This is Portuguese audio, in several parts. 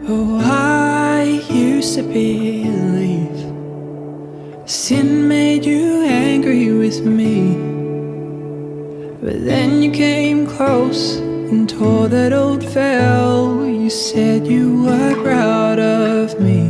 Oh, I used to believe sin made you angry with me, but then you came close and tore that old veil. You said you were proud of me.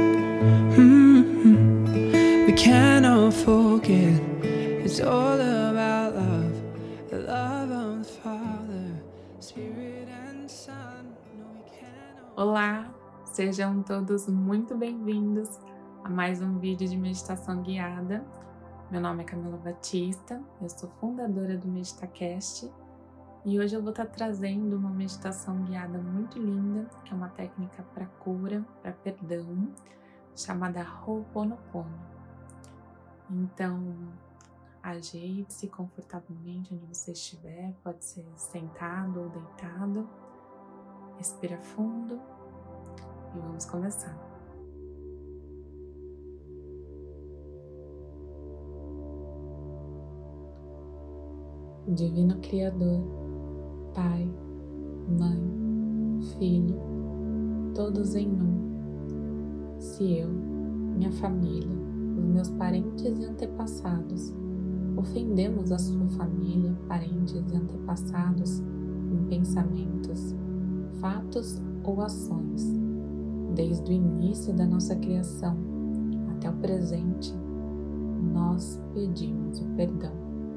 We cannot forget, it's all about love, the love of the Father, Spirit and Son. No, we cannot. Olá, sejam todos muito bem-vindos a mais um vídeo de meditação guiada. Meu nome é Camila Batista, eu sou fundadora do MeditaCast e hoje eu vou estar trazendo uma meditação guiada muito linda, que é uma técnica para cura, para perdão, chamada Ho'oponopono. Então, ajeite-se confortavelmente onde você estiver, pode ser sentado ou deitado. Respira fundo e vamos começar. Divino Criador, Pai, Mãe, Filho, todos em um. Se eu, minha família, os meus parentes e antepassados ofendemos a sua família, parentes e antepassados em pensamentos, fatos ou ações, desde o início da nossa criação até o presente, nós pedimos o perdão.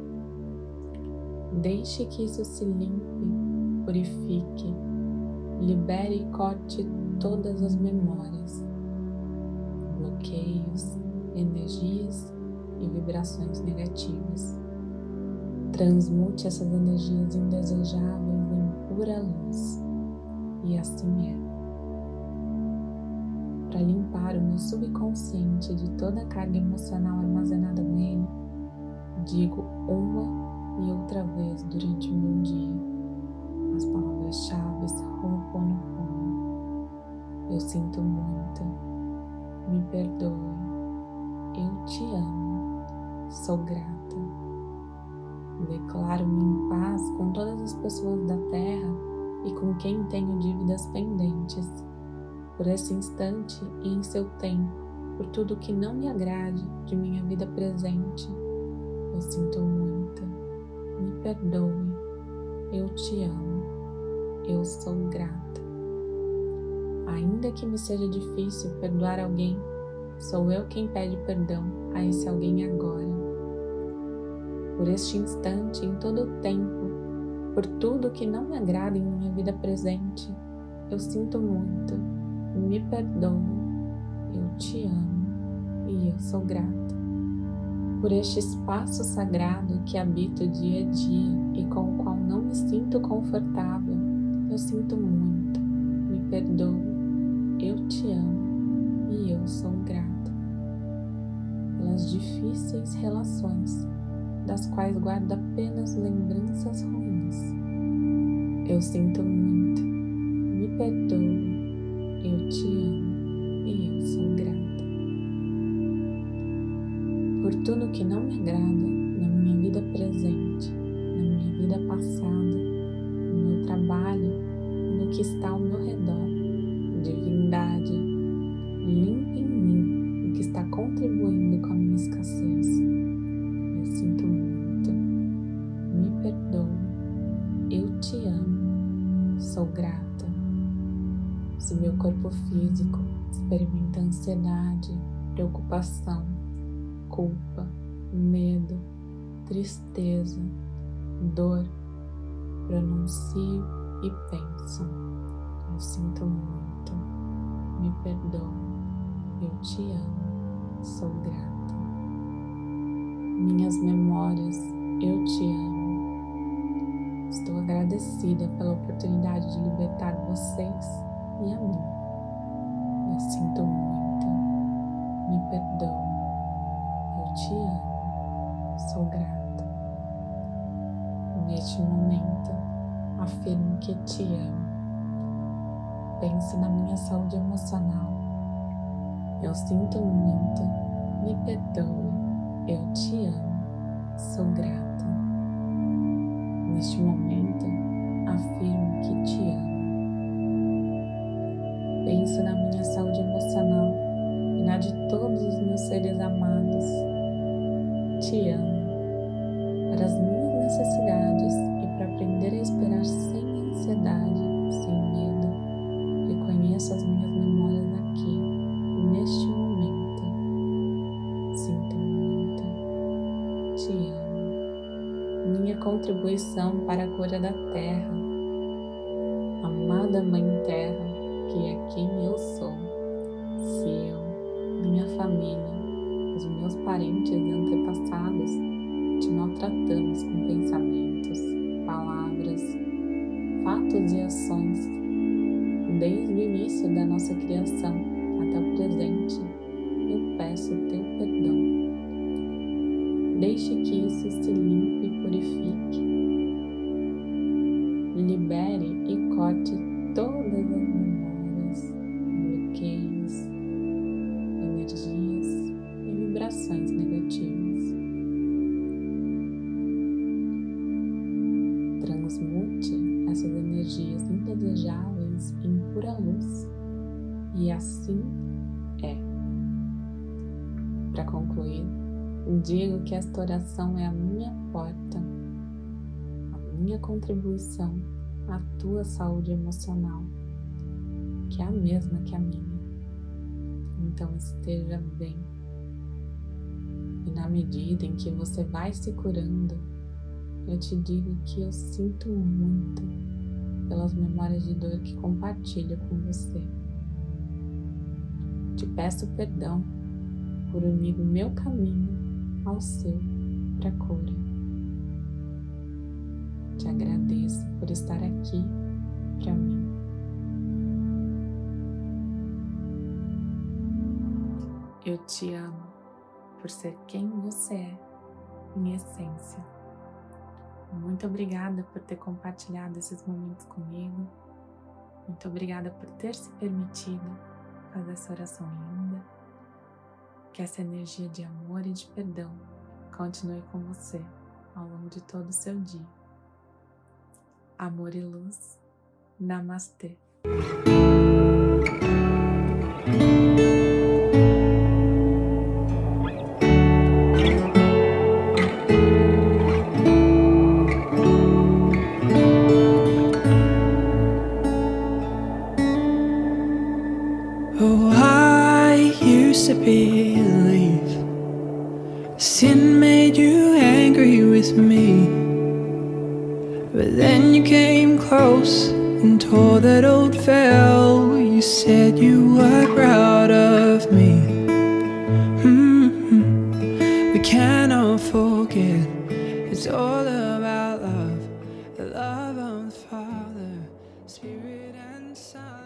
Deixe que isso se limpe, purifique, libere e corte todas as memórias, bloqueios, energias e vibrações negativas. Transmute essas energias indesejáveis em pura luz. E assim é. Para limpar o meu subconsciente de toda a carga emocional armazenada nele, digo uma e outra vez durante o meu dia as palavras-chave Ho'oponopono. Eu sinto muito, me perdoe, eu te amo, sou grata. Declaro-me em paz com todas as pessoas da Terra e com quem tenho dívidas pendentes, por esse instante e em seu tempo, por tudo que não me agrade de minha vida presente. Eu sinto muito, me perdoe, eu te amo, eu sou grata. Ainda que me seja difícil perdoar alguém, sou eu quem pede perdão a esse alguém agora. Por este instante, em todo o tempo, por tudo que não me agrada em minha vida presente, eu sinto muito, me perdoe, eu te amo e eu sou grata. Por este espaço sagrado que habito dia a dia e com o qual não me sinto confortável, eu sinto muito, me perdoe, eu te amo e eu sou grata. Pelas difíceis relações, das quais guardo apenas lembranças ruins. Eu sinto muito, me perdoe, eu te amo e eu sou grata. Por tudo que não me agrada na minha vida presente, na minha vida passada, no meu trabalho e no que está ao meu redor, divindade, limpe em mim o que está contribuindo com a minha escassez. Eu sinto muito, me perdoe, eu te amo, sou grata. Se meu corpo físico experimenta ansiedade, preocupação, culpa, medo, tristeza, dor, pronuncio e penso. Eu sinto muito, me perdoe, eu te amo, sou grata. Minhas memórias, eu te amo. Estou agradecida pela oportunidade de libertar vocês e a mim. Eu sinto muito, me perdoe, eu te amo, sou grata. Neste momento, afirmo que te amo. Pense na minha saúde emocional. Eu sinto muito, me perdoe, eu te amo, sou grata. Neste momento, afirmo que te amo. Penso na minha saúde emocional e na de todos os meus seres amados. Te amo para as minhas necessidades e para aprender a esperar sem ansiedade, sem medo. Reconheço as minhas memórias aqui, neste momento. Sinto muito. Te amo. Minha contribuição para a cura da Terra. Amada Mãe Terra, que é quem eu sou. Se eu, minha família, os meus parentes e antepassados te maltratamos com pensamentos, palavras, fatos e ações, desde o início da nossa criação até o presente, eu peço teu perdão. Deixe que isso se limpe e purifique. Libere e corte todas as memórias, bloqueios, energias e vibrações negativas. Transmute essas energias indesejáveis em pura luz, e assim é. Para concluir, digo que esta oração é a minha porta, a minha contribuição à tua saúde emocional, que é a mesma que a minha. Então esteja bem. E na medida em que você vai se curando, eu te digo que eu sinto muito pelas memórias de dor que compartilho com você. Te peço perdão por unir o meu caminho ao seu para a cura. Te agradeço por estar aqui para mim. Eu te amo por ser quem você é, em essência. Muito obrigada por ter compartilhado esses momentos comigo. Muito obrigada por ter se permitido fazer essa oração linda. Que essa energia de amor e de perdão continue com você ao longo de todo o seu dia. Amor e luz. Namastê. Oh, I used to believe sin made you angry with me, but then you came close and tore that old veil. You said you were proud of me. We cannot forget, it's all about love, the love of the Father, Spirit and Son.